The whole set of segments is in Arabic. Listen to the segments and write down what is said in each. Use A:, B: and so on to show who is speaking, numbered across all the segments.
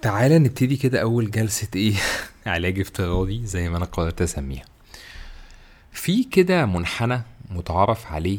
A: تعالى نبتدي كده أول جلسة إيه علاج افتراضي زي ما أنا قررت أسميها. في كده منحنى متعارف عليه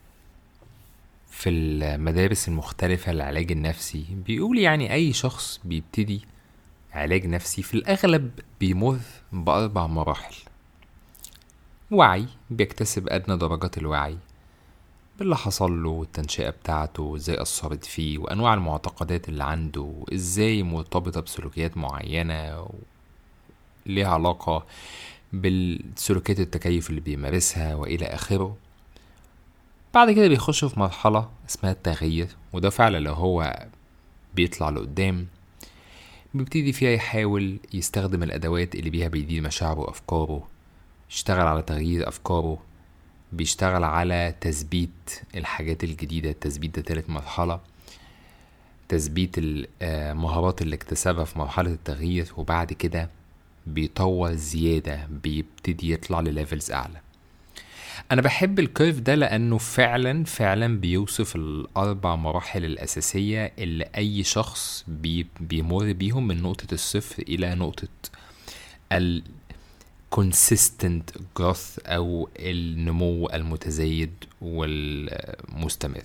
A: في المدارس المختلفة للعلاج النفسي، بيقول يعني أي شخص بيبتدي علاج نفسي في الأغلب بيمر بأربع مراحل. وعي، بيكتسب أدنى درجات الوعي باللي حصل له والتنشئة بتاعته، ازاي أثرت فيه، وأنواع المعتقدات اللي عنده، ازاي مرتبطة بسلوكيات معينة ليها علاقة بالسلوكيات التكيف اللي بيمارسها وإلى آخره. بعد كده بيخش في مرحلة اسمها التغيير، وده فعلا لو هو بيطلع لقدام بيبتدي فيها يحاول يستخدم الأدوات اللي بيها بيدير مشاعره وأفكاره، يشتغل على تغيير أفكاره، بيشتغل على تثبيت الحاجات الجديدة. التثبيت ده تالت مرحلة، تثبيت المهارات اللي اكتسبها في مرحلة التغيير. وبعد كده بيطور زيادة، بيبتدي يطلع لليفلز أعلى. انا بحب الكيرف ده لانه فعلا فعلا بيوصف الاربع مراحل الاساسية اللي اي شخص بيمر بيهم من نقطة الصفر الى نقطة ال consistent growth او النمو المتزايد والمستمر.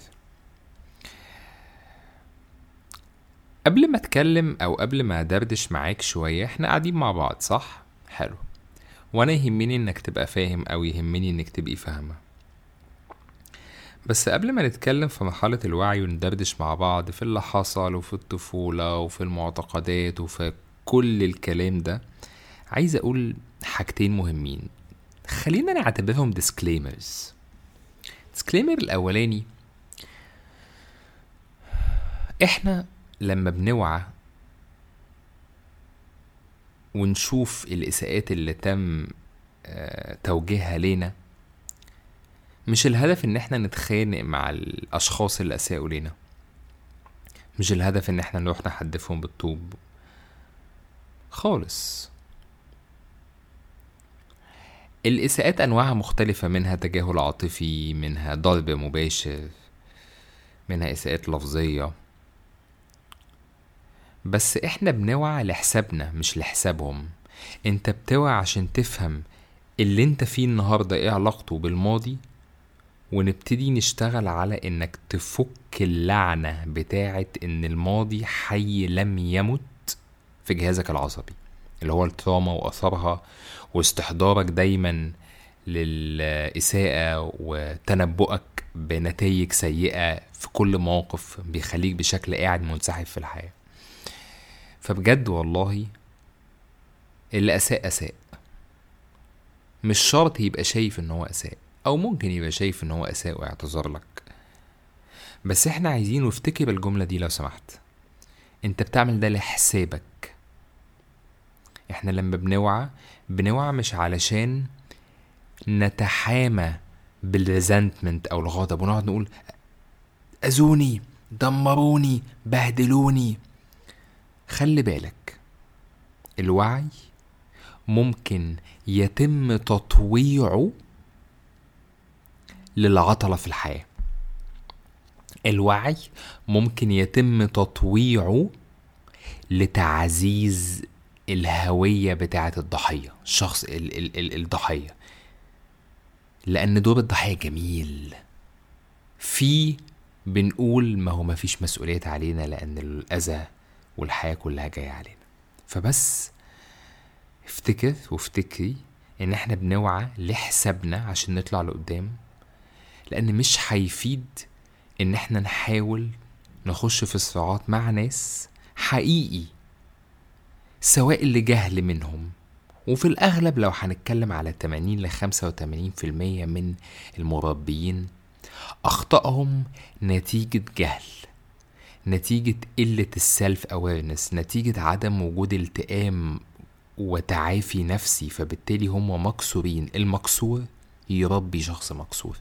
A: قبل ما اتكلم او قبل ما ادردش معاك شوية، احنا قاعدين مع بعض صح؟ حلو. وانا يهمني انك تبقى فاهم او يهمني انك تبقي فاهمة. بس قبل ما نتكلم في مرحلة الوعي وندردش مع بعض في اللي حصل وفي الطفولة وفي المعتقدات وفي كل الكلام ده، عايز أقول حاجتين مهمين خلينا نعتبرهم disclaimers. disclaimer الأولاني، إحنا لما بنوعى ونشوف الإساءات اللي تم توجيهها لينا، مش الهدف إن إحنا نتخانق مع الأشخاص اللي أساءوا لينا، مش الهدف إن إحنا نروح نحدفهم بالطوب خالص. الإساءات أنواعها مختلفة، منها تجاهل عاطفي، منها ضرب مباشر، منها إساءات لفظية. بس إحنا بنوعى لحسابنا مش لحسابهم. أنت بتوعى عشان تفهم اللي أنت فيه النهاردة إيه علاقته بالماضي، ونبتدي نشتغل على إنك تفك اللعنة بتاعة إن الماضي حي لم يمت في جهازك العصبي، اللي هو التراما وأثرها، واستحضارك دايما للإساءة وتنبؤك بنتائج سيئة في كل موقف بيخليك بشكل قاعد منسحب في الحياة. فبجد والله اللي أساء مش شرط يبقى شايف ان هو أساء، او ممكن يبقى شايف ان هو أساء ويعتذر لك. بس احنا عايزين وافتكر الجملة دي لو سمحت، انت بتعمل ده لحسابك. احنا لما بنوعى مش علشان نتحامى بالريزنتمنت او الغضب ونقعد نقول اذوني، دمروني، بهدلوني. خلي بالك، الوعي ممكن يتم تطويعه للعطلة في الحياة. الوعي ممكن يتم تطويعه لتعزيز الهوية بتاعة الضحية، الشخص الضحية، لأن دور الضحية جميل. في بنقول ما هو ما فيش مسؤولية علينا لأن الأذى والحياة كلها جاية علينا. فبس افتكر وافتكري ان احنا بنوعى لحسابنا عشان نطلع لقدام، لأن مش هيفيد ان احنا نحاول نخش في صراعات مع ناس حقيقي، سواء اللي جهل منهم، وفي الأغلب لو هنتكلم على 80-85% من المربيين أخطأهم نتيجة جهل، نتيجة قلة السلف أويرنس، نتيجة عدم وجود التئام وتعافي نفسي. فبالتالي هم مكسورين. المكسور يربي شخص مكسور.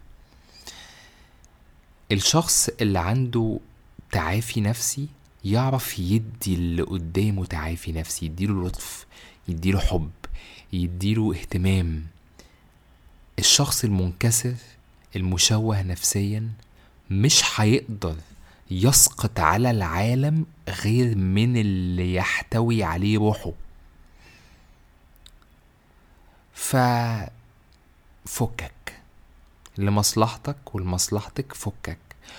A: الشخص اللي عنده تعافي نفسي يعرف يدي اللي قدامه تعافي نفسي، يديله لطف، يديله حب، يديله اهتمام. الشخص المنكسر المشوه نفسيا مش هيقدر يسقط على العالم غير من اللي يحتوي عليه روحه. ففكك لمصلحتك ولمصلحتك، فكك.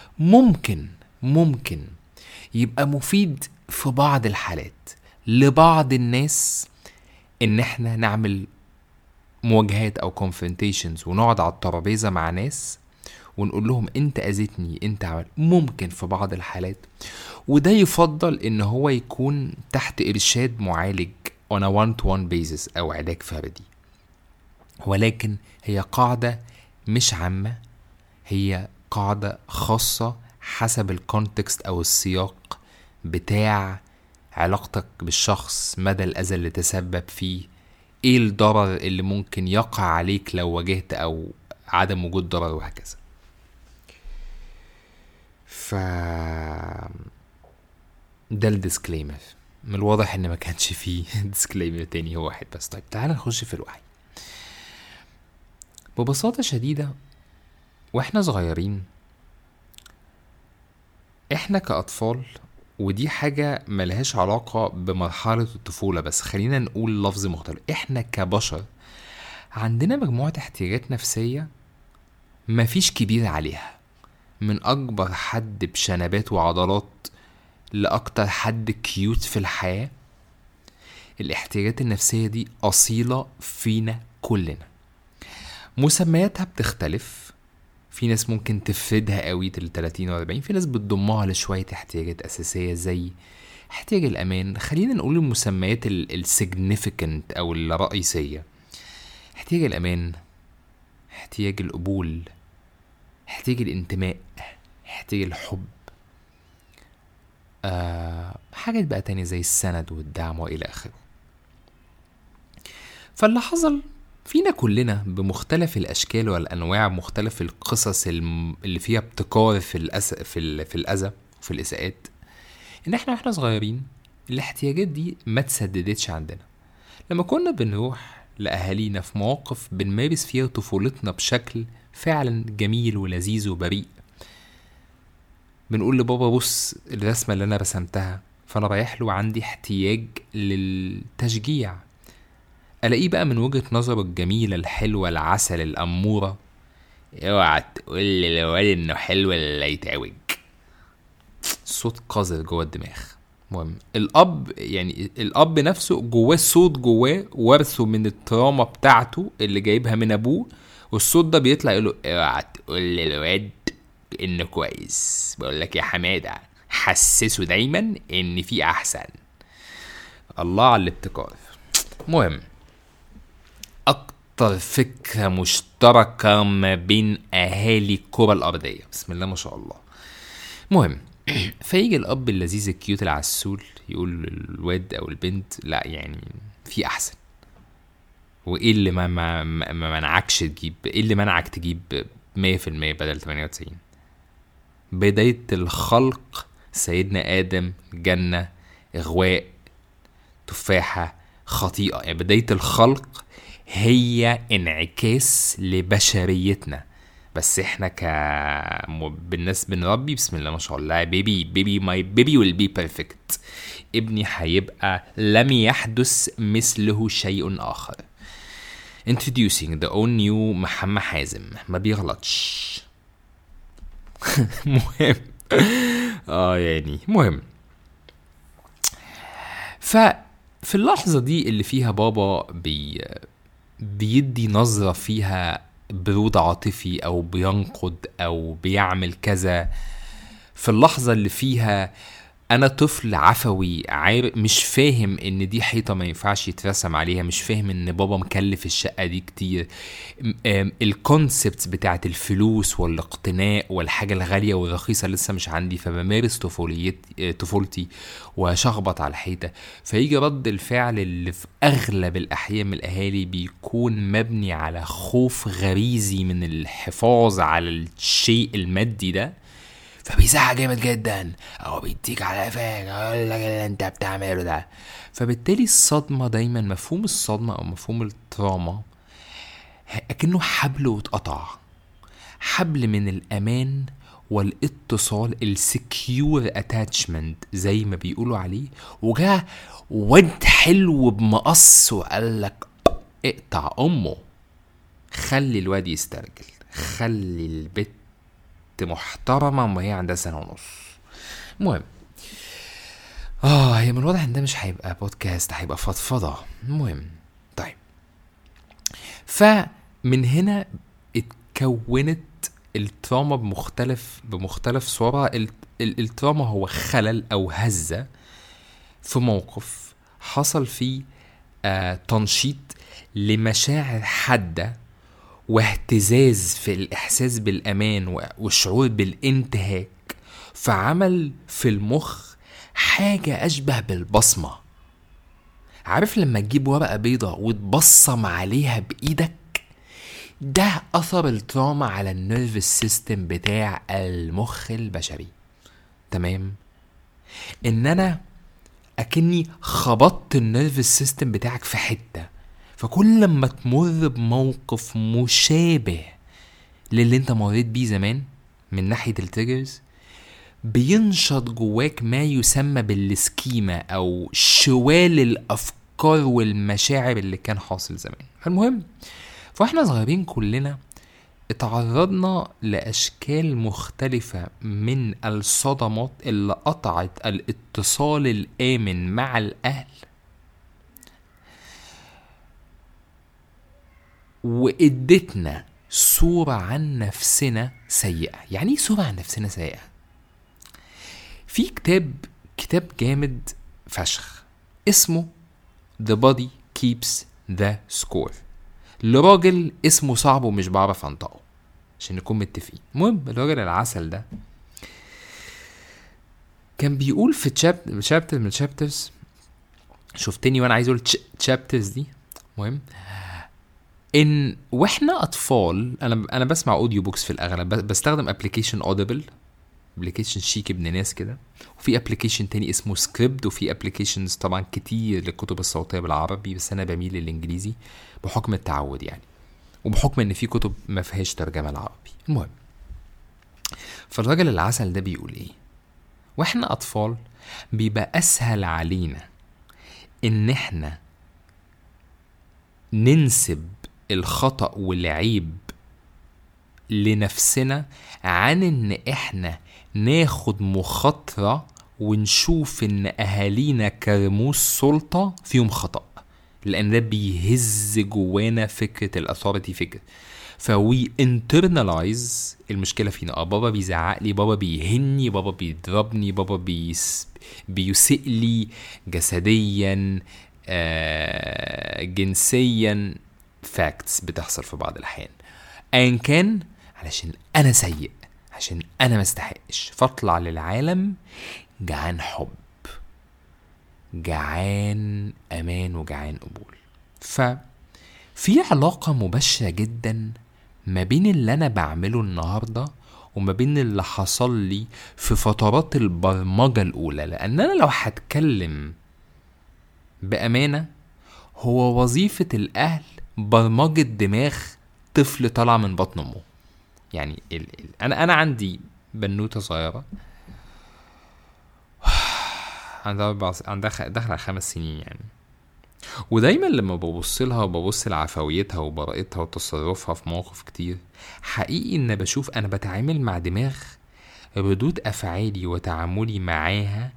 A: ممكن يبقى مفيد في بعض الحالات لبعض الناس ان احنا نعمل مواجهات او confrontations ونقعد على الترابيزة مع ناس ونقول لهم انت اذيتني، انت عمل. ممكن في بعض الحالات، وده يفضل ان هو يكون تحت ارشاد معالج on a one-to-one basis او علاج فردي. ولكن هي قاعدة مش عامة، هي قاعدة خاصة حسب الكونتكست او السياق بتاع علاقتك بالشخص، مدى الأذى اللي تسبب فيه، ايه الضرر اللي ممكن يقع عليك لو واجهت او عدم وجود ضرر، وهكذا. ده الديسكليمر. من الواضح ان ما كانش فيه ديسكليمر تاني، هو واحد بس. طيب تعال نخش في الوعي. ببساطة شديدة، واحنا صغيرين، احنا كأطفال، ودي حاجة ملهاش علاقة بمرحلة الطفولة، بس خلينا نقول لفظ مختلف. احنا كبشر عندنا مجموعة احتياجات نفسية مفيش كبير عليها، من أكبر حد بشنبات وعضلات لأكتر حد كيوت في الحياة. الاحتياجات النفسية دي أصيلة فينا كلنا. مسمياتها بتختلف، في ناس ممكن تفردها قوي 30 و40، في ناس بتضمها لشوية احتياجات أساسية زي احتياج الأمان. خلينا نقول المسميات السيجنيفيكنت أو الرئيسية: احتياج الأمان، احتياج القبول، احتياج الانتماء، احتياج الحب، حاجات بقى تانية زي السند والدعم وإلى آخره. فاللي حصل فينا كلنا بمختلف الأشكال والأنواع، مختلف القصص اللي فيها ابتكار في الأذى وفي الإساءات، إن احنا صغيرين الاحتياجات دي ما تسددتش عندنا. لما كنا بنروح لأهالينا في مواقف بنمارس فيها طفولتنا بشكل فعلا جميل ولذيذ وبريء، بنقول لبابا بص الرسمة اللي أنا رسمتها، فأنا رايح له عندي احتياج للتشجيع. ألاقيه بقى من وجهة نظره الجميلة الحلوة العسل الأمورة: اوعى تقول للوالد إنه حلو اللي يتعوج. صوت قذر جوه الدماغ. مهم الأب نفسه جواه صوت، جواه ورثه من التراما بتاعته اللي جايبها من أبوه، والصوت ده بيطلع يقوله اوعى تقول للواد إنه كويس. بقولك يا حمادة، حسسه دايما إن في أحسن. الله على الابتكار. مهم، أكتر فكرة مشتركة ما بين أهالي الكرة الأرضية، بسم الله ما شاء الله. مهم فيجي الأب اللذيذ الكيوت العسول يقول للواد أو البنت: لا يعني في أحسن، وإيه اللي ما منعكش تجيب، إيه اللي منعك تجيب 100% بدل 98؟ بداية الخلق سيدنا آدم، جنة، إغواء، تفاحة، خطيئة. يعني بداية الخلق هي انعكاس لبشريتنا، بس احنا بالناس بنربي بسم الله ما شاء الله. بيبي ماي بيبي will be perfect. ابني هيبقى لم يحدث مثله شيء آخر. Introducing the all new محمد حازم، ما بيغلطش. مهم يعني مهم. ففي اللحظة دي اللي فيها بابا بيدي نظرة فيها برود عاطفي أو بينقد أو بيعمل كذا، في اللحظة اللي فيها أنا طفل عفوي مش فاهم إن دي حيطة ما ينفعش يترسم عليها، مش فاهم إن بابا مكلف الشقة دي كتير، الكونسبت بتاعت الفلوس والاقتناء والحاجة الغالية والرخيصة لسه مش عندي، فبمارس طفولتي وشخبط على الحيطة. فيجي رد الفعل اللي في أغلب الأحيان من الأهالي بيكون مبني على خوف غريزي من الحفاظ على الشيء المادي ده، فبيزعق جامد جدا او بيديك على قفاك، اقول لك اللي انت بتعمله ده. فبالتالي الصدمه دايما، مفهوم الصدمه او مفهوم التراما اكنه حبل واتقطع، حبل من الامان والاتصال، السكيور اتاتشمنت زي ما بيقولوا عليه. وجاء ود حلو بمقص وقال لك اقطع امه، خلي الواد يسترجل، خلي البت محترمة وهي عندها 1.5 سنة. المهم هي من الواضح ان ده مش هيبقى بودكاست، هيبقى فضفضة. المهم طيب، فمن هنا اتكونت التراما بمختلف صورها. التراما هو خلل او هزة في موقف حصل فيه تنشيط لمشاعر حادة واهتزاز في الإحساس بالأمان والشعور بالانتهاك، فعمل في المخ حاجة أشبه بالبصمة. عارف لما تجيب ورقة بيضة وتبصم عليها بإيدك؟ ده أثر التراما على النيرف سيستم بتاع المخ البشري. تمام؟ إن أنا أكني خبطت النيرف سيستم بتاعك في حتة، فكل لما تمر بموقف مشابه للي انت مريت بيه زمان من ناحية التريجرز، بينشط جواك ما يسمى بالسكيما او شوال الافكار والمشاعر اللي كان حاصل زمان. المهم، فاحنا صغيرين كلنا اتعرضنا لاشكال مختلفة من الصدمات اللي قطعت الاتصال الامن مع الاهل، وادتنا صورة عن نفسنا سيئة. يعني ايه صورة عن نفسنا سيئة؟ في كتاب جامد فشخ اسمه The Body Keeps the Score، لراجل اسمه صعب ومش بعرف انطقه عشان نكون متفقين. المهم الراجل العسل ده كان بيقول في chapter من chapters، شفتني وانا عايز اقول chapters دي. مهم ان واحنا اطفال، انا بسمع اوديو بوكس في الاغلب، بستخدم ابلكيشن اوديبل، ابلكيشن شيك ابن ناس كده، وفي ابلكيشن تاني اسمه سكريبت، وفي ابلكيشنز طبعا كتير للكتب الصوتيه بالعربي، بس انا بميل للانجليزي بحكم التعود يعني، وبحكم ان في كتب ما فيهاش ترجمه العربي. المهم، فالراجل العسل ده بيقول ايه؟ واحنا اطفال بيبقى اسهل علينا ان احنا ننسب الخطأ والعيب لنفسنا عن ان احنا ناخد مخاطرة ونشوف ان اهالينا كرموز سلطة فيهم خطأ، لان ده بيهز جوانا فكرة الاثوريتي فكرة، فوي internalize المشكلة فينا. بابا بيزعق لي، بابا بيهني، بابا بيضربني، بابا بيسئ لي جسديا جنسيا، فاكتس بتحصل في بعض الأحيان، أيا كان، علشان أنا سيء، عشان أنا مستحقش، فاطلع للعالم جعان حب، جعان أمان، وجعان قبول. ففي علاقة مباشرة جدا ما بين اللي أنا بعمله النهاردة وما بين اللي حصل لي في فترات البرمجة الأولى. لأن أنا لو هتكلم بأمانة، هو وظيفة الأهل برمجة دماغ طفل طلع من بطن أمه. يعني أنا عندي بنوتة صغيرة عندها دخل 5 سنين يعني، ودايما لما ببص لها وببص لعفويتها وبراءتها وتصرفها في مواقف كتير، حقيقي ان بشوف انا بتعامل مع دماغ ردود افعالي وتعاملي معاها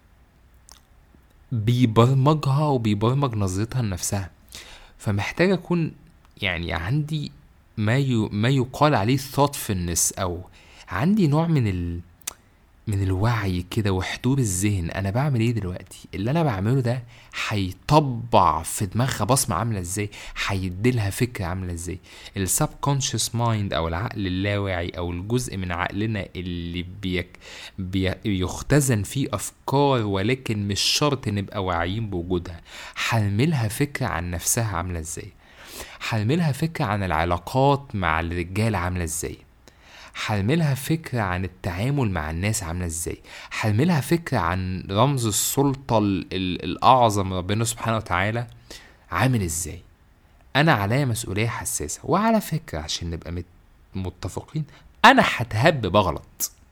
A: بيبرمجها وبيبرمج نظرتها لنفسها. فمحتاج اكون يعني عندي ما يقال عليه thoughtfulness، او عندي نوع من الوعي كده وحضور الذهن. انا بعمل ايه دلوقتي؟ اللي انا بعمله ده هيطبع في دماغها بصمة عاملة ازاي، هيديلها فكرة عاملة ازاي. السبكونشس مايند او العقل اللاواعي او الجزء من عقلنا اللي بيختزن فيه افكار ولكن مش شرط نبقى واعيين بوجودها، هعملها فكرة عن نفسها عاملة ازاي، هعملها فكرة عن العلاقات مع الرجال عاملة ازاي، هعملها فكرة عن التعامل مع الناس عاملة ازاي، هعملها فكرة عن رمز السلطة الأعظم ربنا سبحانه وتعالى عامل ازاي. أنا عليا مسؤولية حساسة. وعلى فكرة عشان نبقى متفقين، أنا هتهب بغلط،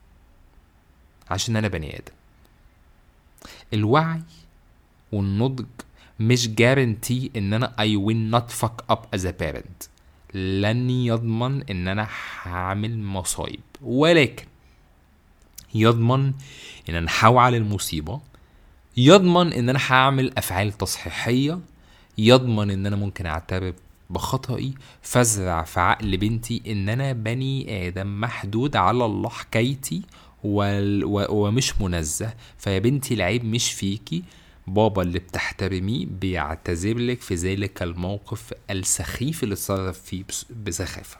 A: عشان انا بني ادم. الوعي والنضج مش جارنتي ان انا I will not fuck up as a parent. لن يضمن ان انا هعمل مصايب، ولكن يضمن ان انا هوعى المصيبة، يضمن ان انا هعمل افعال تصحيحية، يضمن ان انا ممكن اعترف بخطئي، فازرع في عقل بنتي ان انا بني ادم محدود على الله حكايتي ومش منزه. فيا بنتي العيب مش فيكي، بابا اللي بتحترميه بيعتذر لك في ذلك الموقف السخيف اللي اتصرف فيه بسخافة.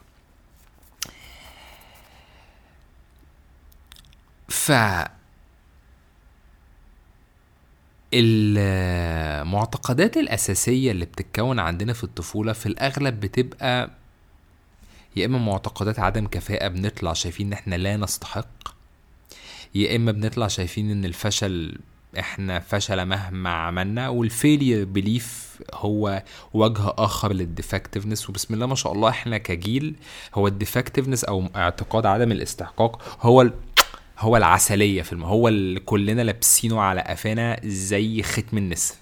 A: المعتقدات الأساسية اللي بتتكون عندنا في الطفولة في الأغلب بتبقى يا إما معتقدات عدم كفاءة، بنطلع شايفين إن إحنا لا نستحق، يا إما بنطلع شايفين إن الفشل إحنا فشل مهما عملنا، والفيلير بليف هو وجه آخر للديفكتفنس. وبسم الله ما شاء الله إحنا كجيل هو الديفكتفنس أو اعتقاد عدم الاستحقاق هو العسلية في هو اللي كلنا لابسينه على قفانا زي ختم النسر.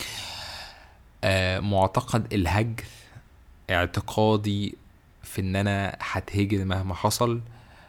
A: معتقد الهجر، اعتقادي في ان انا هتهجر مهما حصل.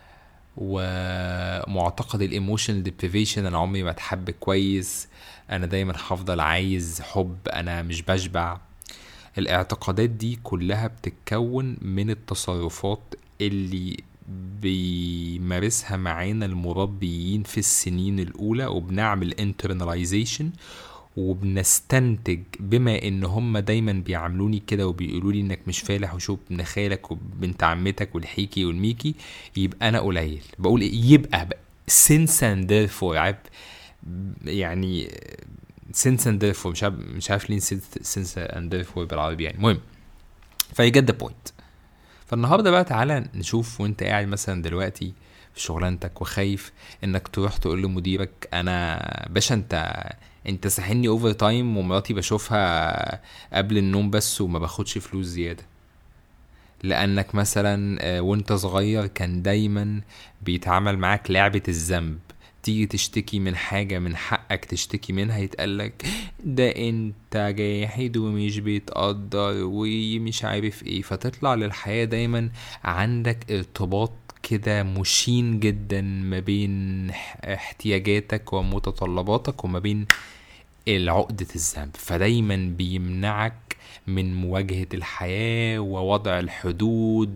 A: ومعتقد الايموشنال ديبريفيشن، انا عمري ما اتحب كويس، انا دايما هفضل عايز حب، انا مش بشبع. الاعتقادات دي كلها بتتكون من التصرفات اللي بيمارسها معانا المربيين في السنين الأولى، وبنعمل internalization وبنستنتج بما ان هم دايما بيعاملوني كده وبيقولوا لي انك مش فالح وشوف ابن خالك وبنت عمتك والحيكي والميكي يبقى انا قليل. بقول ايه؟ يبقى since and therefore يعني since and therefore مش عارف ليه since and therefore بالعربي يعني. المهم فيجد the point. فالنهارده بقى تعالى نشوف، وانت قاعد مثلا دلوقتي في شغلانتك وخايف انك تروح تقول لمديرك انا باشا انت ساحني اوفر تايم ومراتي بشوفها قبل النوم بس وما باخدش فلوس زياده، لانك مثلا وانت صغير كان دايما بيتعامل معاك لعبه الذنب. تيجي تشتكي من حاجة من حقك تشتكي منها يتقالك ده انت جاحد ومش بيتقدر ومش عارف ايه. فتطلع للحياة دايما عندك ارتباط كده مشين جدا ما بين احتياجاتك ومتطلباتك وما بين العقدة الذنب. فدايما بيمنعك من مواجهة الحياة ووضع الحدود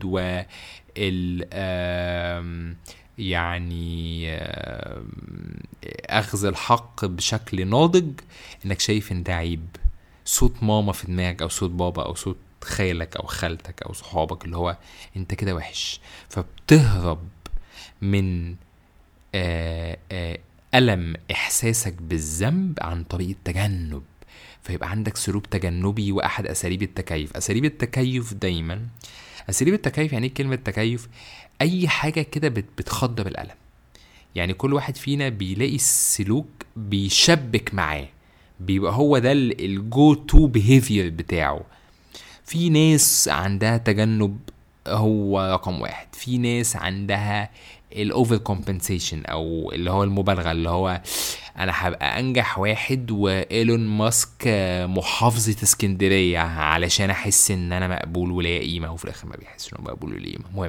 A: يعني اخذ الحق بشكل ناضج. انك شايف ان ده عيب، صوت ماما في دماغك او صوت بابا او صوت خالك او خالتك او صحابك اللي هو انت كده وحش. فبتهرب من ألم إحساسك بالذنب عن طريق التجنب. فيبقى عندك سلوك تجنبي. وأحد أساليب التكيف دايما أساليب التكيف يعني كلمة تكيف أي حاجة كده بتخضر الألم. يعني كل واحد فينا بيلاقي السلوك بيشبك معاه، بيبقى هو ده الجو تو بيهيفير بتاعه. في ناس عندها تجنب هو رقم واحد، في ناس عندها الاوفر كومبنسيشن او اللي هو المبالغه، اللي هو انا هبقى انجح واحد وايلون ماسك محافظه اسكندريه علشان احس ان انا مقبول ولا قيمه، وفي الاخر ما بيحسش انه مقبول ولا قيمه. المهم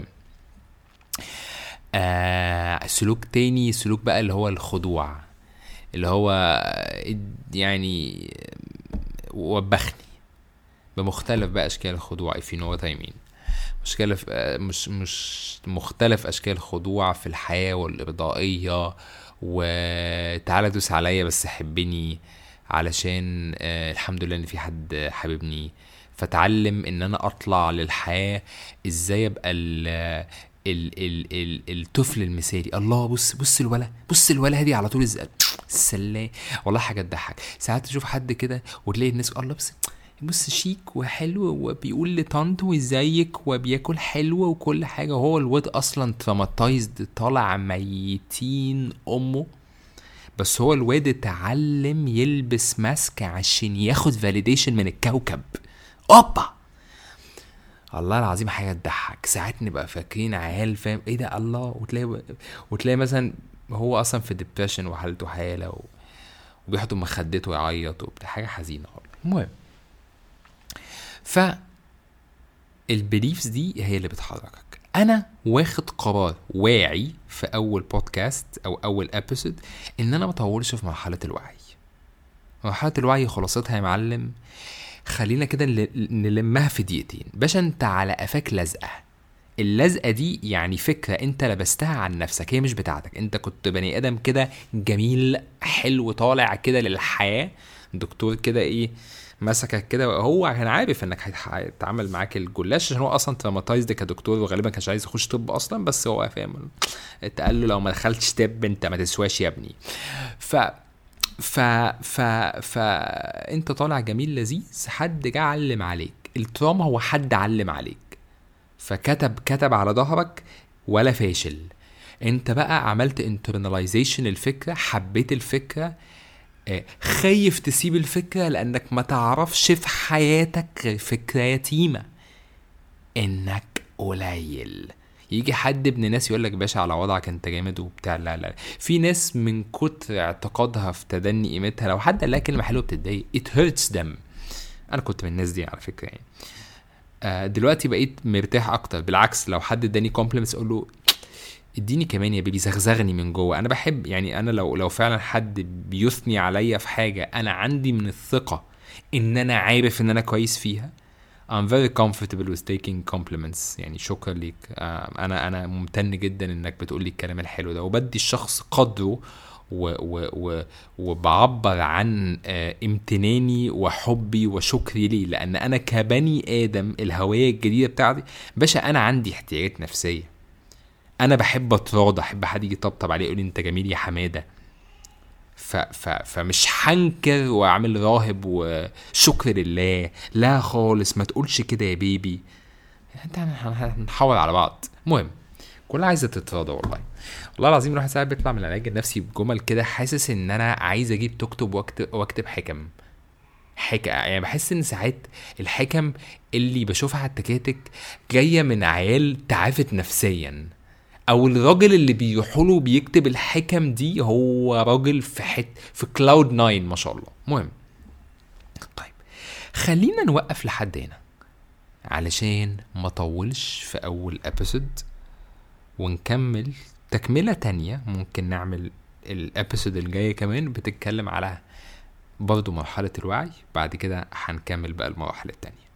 A: سلوك تاني، سلوك بقى اللي هو الخضوع، اللي هو يعني وبخني بمختلف بقى اشكال الخضوع if you know what I mean. مش مختلف اشكال الخضوع في الحياة والارضائية، وتعالى دوس عليا بس حبني علشان الحمد لله ان في حد حبيبني. فتعلم ان انا اطلع للحياة ازاي ابقى الطفل المثالي. الله بص الولا هدي على طول السلام. والله حاجة تضحك ساعات تشوف حد كده وتلاقي الناس الله بص شيك وحلو وبيقول لطنط وازيك وبياكل حلو وكل حاجة، وهو الواد اصلا تراماتايزد طالع ميتين امه. بس هو الواد اتعلم يلبس ماسك عشان ياخد فاليديشن من الكوكب. اوبا الله العظيم حاجة تضحك. ساعات نبقى فاكرين عيال فاهم ايه ده الله، وتلاقي مثلا هو اصلا في ديبريشن وحالته حاله وبيحط مخدته ويعيط وبتاع، حاجه حزينه خالص. المهم، ف البيليفز دي هي اللي بتحركك. انا واخد قرار واعي في اول بودكاست او اول ابيسود ان انا ما اطولش في مرحله الوعي. مرحله الوعي خلاصتها يا معلم، خلينا كده نلمها في دقيقتين. باشا انت على قفاك لزقه، اللزقه دي يعني فكره انت لبستها عن نفسك، هي مش بتاعتك. انت كنت بني ادم كده جميل حلو طالع كده للحياه، دكتور كده ايه مسكك كده، هو كان عارف انك هيتعامل معاك الجلاش عشان هو اصلا تراماتايزد كدكتور، وغالبا كانش عايز يخش طب اصلا، بس هو فاهم اتقال له لو ما دخلتش طب انت ما تسواش يا ابني. ف ف ف ف انت طالع جميل لذيذ، حد جه علم عليك. التراما هو حد علم عليك فكتب على ظهرك ولا فاشل. انت بقى عملت internalization الفكرة، حبيت الفكرة، خايف تسيب الفكرة لانك ما تعرفش في حياتك غير فكرة يتيمة انك قليل. يجي حد ابن ناس يقولك باشا على وضعك انت جامد وبتاع، لا لا. في ناس من كتر اعتقادها في تدني قيمتها لو حد قال لها كلمة حلوة بتتضايق. it hurts them. انا كنت من الناس دي على فكرة يعني. دلوقتي بقيت مرتاح اكتر، بالعكس لو حد اداني كومبلمنتس اقول له اديني كمان يا بيبي، زغزغني من جوه. انا بحب يعني، انا لو فعلا حد بيثني عليا في حاجه انا عندي من الثقه ان انا عارف ان انا كويس فيها، I'm very comfortable with taking compliments. يعني شكرا ليك، انا ممتن جدا انك بتقول لي الكلام الحلو ده، وبدي الشخص قدره وبعبر عن امتناني وحبي وشكري ليه، لان انا كبني ادم الهوية الجديدة بتاعتي باشا انا عندي احتياجات نفسية. انا بحب اتراضى، احب حد يجي يطبطب عليه يقول لي انت جميل يا حمادة. فمش حنكر واعمل راهب وشكر لله، لا خالص، ما تقولش كده يا بيبي، انت هنحاول على بعض. المهم كلها عايزه تتراضى. والله العظيم الواحد ساعات بيطلع من العلاج النفسي بجمل كده حاسس ان انا عايز اجيب تكتب واكتب حكم يعني بحس ان ساعات الحكم اللي بشوفها على التكاتك جايه من عيال تعافت نفسيا، او الراجل اللي بيروحوله بيكتب الحكم دي هو راجل في كلاود 9 ما شاء الله. مهم، طيب خلينا نوقف لحد هنا علشان ما طولش في اول ابيسود، ونكمل تكملة تانية. ممكن نعمل الابيسود الجاية كمان بتتكلم على برضو مرحلة الوعي، بعد كده هنكمل بقى المراحل التانية.